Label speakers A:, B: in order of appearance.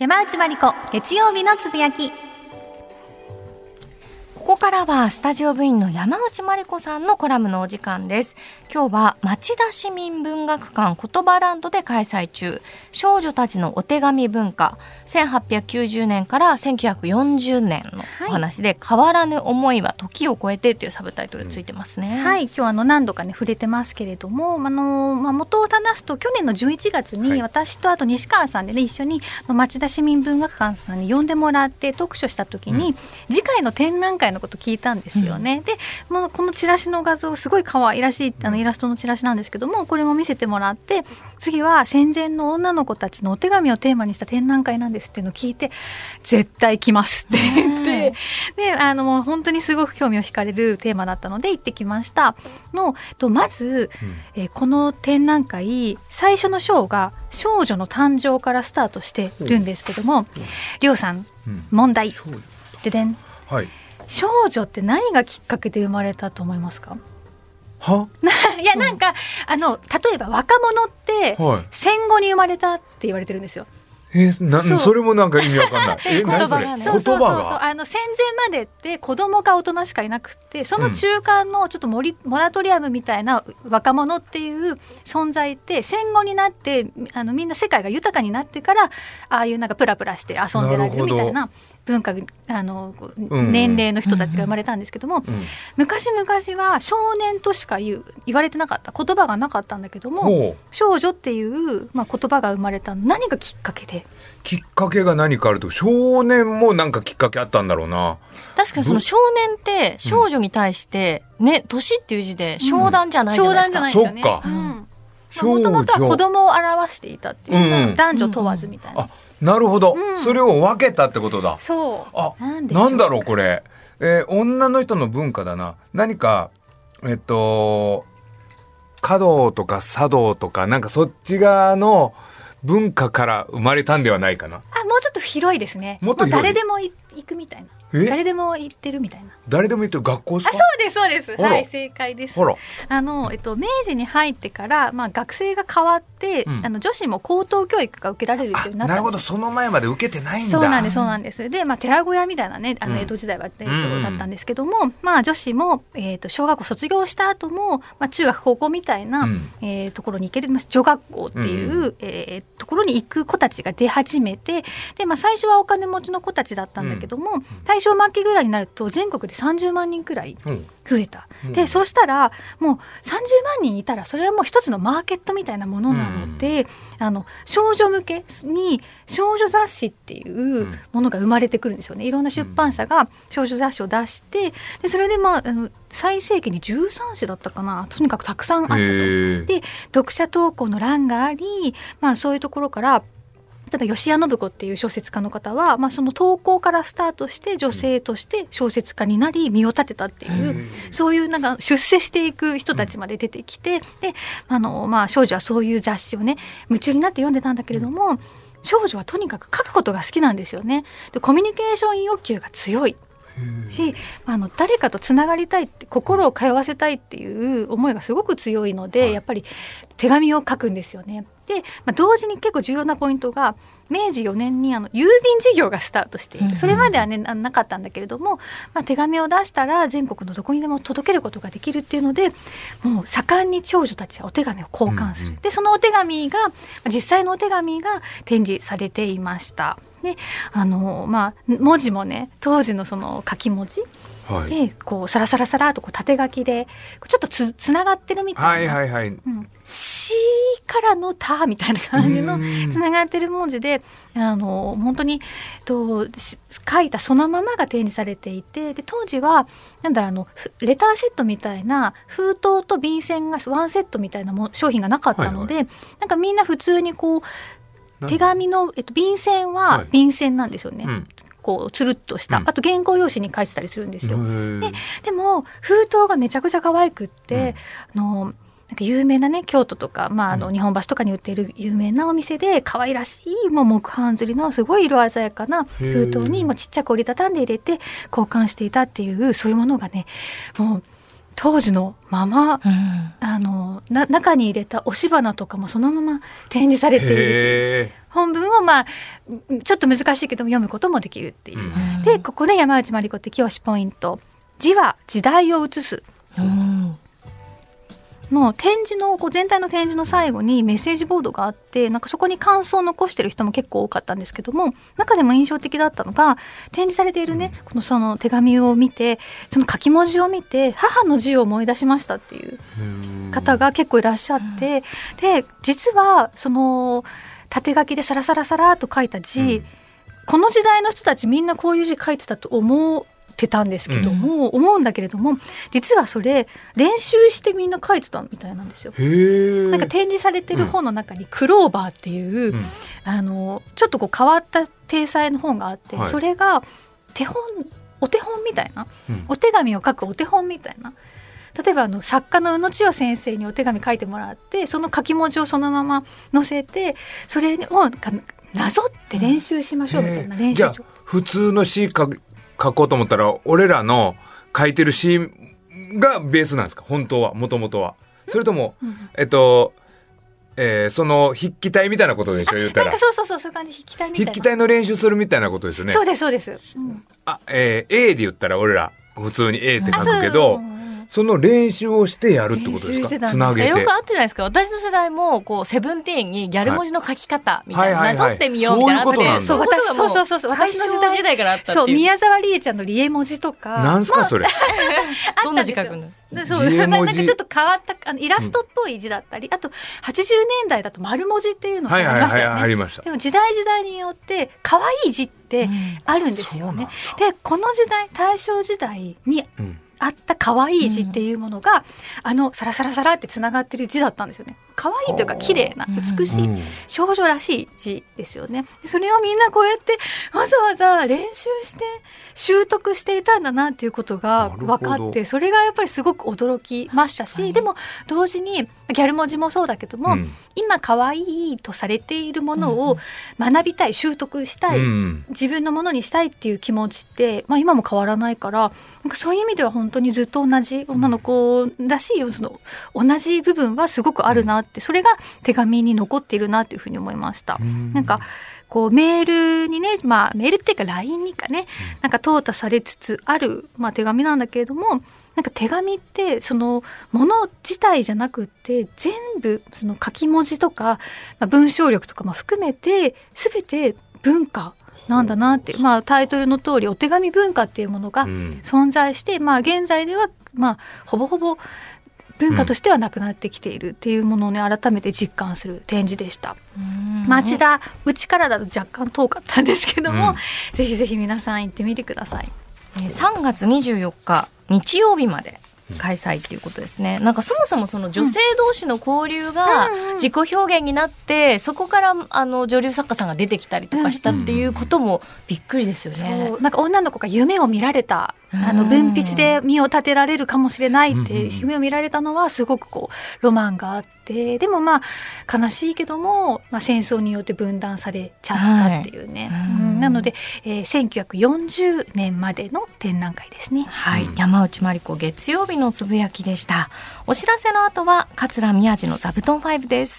A: 山内まりこ月曜日のつぶやき。ここからはスタジオ部員の山内まりこさんのコラムのお時間です。今日は町田市民文学館言葉ランドで開催中、少女たちのお手紙文化、1890年から1940年のお話で、変わらぬ思いは時を超えてっていうサブタイトルついてますね。
B: はい、今日何度かね触れてますけれども、元を話すと去年の11月に私とあと西川さんでね一緒に町田市民文学館さんに呼んでもらってトークショーした時に、次回の展覧会のこと聞いたんですよね。でもうこのチラシの画像すごい可愛らしいイラストのチラシなんですけども、これも見せてもらって、次は戦前の女の子たちのお手紙をテーマにした展覧会なんですっていうのを聞いて、絶対来ますって言ってでもう本当にすごく興味を惹かれるテーマだったので行ってきましたのと、まず、この展覧会最初の章が少女の誕生からスタートしてるんですけども、りょうさん、問題ででん、
C: はい、
B: 少女って何がきっかけで生まれたと思いますか？
C: はい
B: や、なんか例えば若者って戦後に生まれたって言われてるんですよ。
C: それもなんか意味わかんない
B: 言葉がね、
C: 言葉が
B: 戦前までって子供か大人しかいなくて、その中間のちょっとモラトリアムみたいな若者っていう存在って戦後になってみんな世界が豊かになってから、ああいうなんかプラプラして遊んでられるみたいな文化年齢の人たちが生まれたんですけども、昔々は少年としか言われてなかった、言葉がなかったんだけども、少女っていう、言葉が生まれたの。何がきっかけで？
C: きっかけが何かあると、少年もなんかきっかけあったんだろうな。
A: 確かにその少年って少女に対してね、年っていう字で少男じゃないじゃないですか。
B: そっか、もともとは子供を表していたっていう、男女問わずみたいな。
C: なるほど、それを分けたってことだ。
B: そう。
C: なんだろうこれ、女の人の文化だな。何か華道とか茶道とかなんかそっち側の文化から生まれたんではないかな。
B: もうちょっと広いですね。もう誰でも行くみたいな。誰でも行ってるみたいな。
C: 誰でも行ってる学校ですか？
B: そうです。はい、正解です。明治に入ってから、学生が変わって、女子も高等教育が受けられるようになった。
C: なるほど、その前まで受けてないんだ。
B: そうなんです。で、寺子屋みたいなね、江戸時代は、だったんですけども、女子も、小学校卒業した後も、中学高校みたいな、ところに行ける女学校っていう、ところに行く子たちが出始めて、で、最初はお金持ちの子たちだったんだけども、大正末期ぐらいになると全国で30万人くらい増えた。で、そうしたらもう30万人いたらそれはもう一つのマーケットみたいなものなので、少女向けに少女雑誌っていうものが生まれてくるんですよね。いろんな出版社が少女雑誌を出して、でそれで最盛期に13誌だったかな、とにかくたくさんあったと。で、読者投稿の欄があり、そういうところから例えば吉谷信子っていう小説家の方は、その投稿からスタートして女性として小説家になり身を立てたっていう、そういうなんか出世していく人たちまで出てきて、で少女はそういう雑誌をね夢中になって読んでたんだけれども、少女はとにかく書くことが好きなんですよね。でコミュニケーション欲求が強いし、誰かとつながりたいって、心を通わせたいっていう思いがすごく強いので、やっぱり手紙を書くんですよね。で、同時に結構重要なポイントが、明治4年に郵便事業がスタートしている。それまではねなかったんだけれども、手紙を出したら全国のどこにでも届けることができるっていうので、もう盛んに少女たちはお手紙を交換する。でそのお手紙が、実際のお手紙が展示されていました。で文字もね、当時のその書き文字でこうサラサラサラとこう縦書きでちょっとつながってるみたいな、しからのたみたいな感じのつながってる文字で、本当に書いたそのままが展示されていて、で当時はレターセットみたいな封筒と便箋がワンセットみたいな商品がなかったので、なんかみんな普通にこう手紙の、便箋は便箋なんですよね。こうつるっとした、あと原稿用紙に書いてたりするんですよ。でも封筒がめちゃくちゃ可愛くって、なんか有名なね京都とか、日本橋とかに売っている有名なお店で可愛らしい木版刷りのすごい色鮮やかな封筒にちっちゃく折りたたんで入れて交換していたっていう、そういうものがねもう当時のまま、
A: うん、
B: 中に入れた押し花とかもそのまま展示されているという本文を、ちょっと難しいけども読むこともできるっていう、
A: うん、
B: でここで山内まりこ的推しポイント、字は時代を映す、の展示の全体の展示の最後にメッセージボードがあって、なんかそこに感想を残してる人も結構多かったんですけども、中でも印象的だったのが展示されているね、その手紙を見て、その書き文字を見て母の字を思い出しましたっていう方が結構いらっしゃって、で実はその縦書きでサラサラサラと書いた字、この時代の人たちみんなこういう字書いてたと思ってたんですけども、思うんだけれども、実はそれ練習してみんな書いてたみたいなんですよ。なんか展示されてる本の中にクローバーっていう、ちょっとこう変わった体裁の本があって、それがお手本みたいな、お手紙を書くお手本みたいな、例えば作家の宇野千代先生にお手紙書いてもらって、その書き文字をそのまま載せて、それをなぞって練習しましょうみたいな練習場。
C: じゃあ普通の詩書こうと思ったら、俺らの書いてる詩がベースなんですか、本当は、もともとは。それとも、その筆記体みたいなことでしょ、言ったら。
B: なんかそういう感じ、筆記体みたいな。
C: 筆記体の練習するみたいなことですよね。
B: そうですそうです。
C: A で言ったら俺ら普通に A って書くけど、その練習をしてやるってことですか、つなげて。
A: よくあったじゃないですか。私の世代もこうセブンティーンにギャル文字の書き方みたいな、なぞってみようみたいな、
C: そういうことなんだ。
A: そう私の時代からあったっていう。
B: そう、宮沢りえちゃんのリエ文字とか。
C: なんすかそれ。
A: どんな字書くの？
B: そう、なんかちょっと変わったイラストっぽい字だったり、あと80年代だと丸文字っていうのがありましたよね。
C: ありました。
B: でも時代によって可愛い字ってあるんですよね。でこの時代、大正時代にあった可愛い字っていうものが、サラサラサラってつながってる字だったんですよね。可愛いというか綺麗な美しい少女らしい字ですよね。それをみんなこうやってわざわざ練習して習得していたんだなっていうことが分かって、それがやっぱりすごく驚きましたし、でも同時にギャル文字もそうだけども、今可愛いとされているものを学びたい、習得したい、自分のものにしたいっていう気持ちって、今も変わらないから、なんかそういう意味では本当にずっと同じ女の子らしい、その同じ部分はすごくあるなって、それが手紙に残っているなというふうに思いました。なんかこうメールにね、メールっていうか LINE にかね、なんか淘汰されつつある、手紙なんだけれども、なんか手紙ってそのもの自体じゃなくって全部その書き文字とか、文章力とかも含めて全て文化なんだなって、タイトルの通りお手紙文化っていうものが存在して、現在ではほぼほぼ文化としてはなくなってきているっていうものをね、改めて実感する展示でした。町田うちからだと若干遠かったんですけども、ぜひぜひ皆さん行ってみてください。
A: 3月24日日曜日まで開催っていうことですね。なんかそもそもその女性同士の交流が自己表現になって、そこから女流作家さんが出てきたりとかしたっていうこともびっくりですよね。
B: そう、なんか女の子が夢を見られた、文筆で身を立てられるかもしれないって夢を見られたのはすごくこうロマンがあって、でも悲しいけども、戦争によって分断されちゃったっていうね、なので、1940年までの展覧会ですね。
A: はい、山内まりこ月曜日のつぶやきでした。お知らせの後は桂宮治の座布団5です。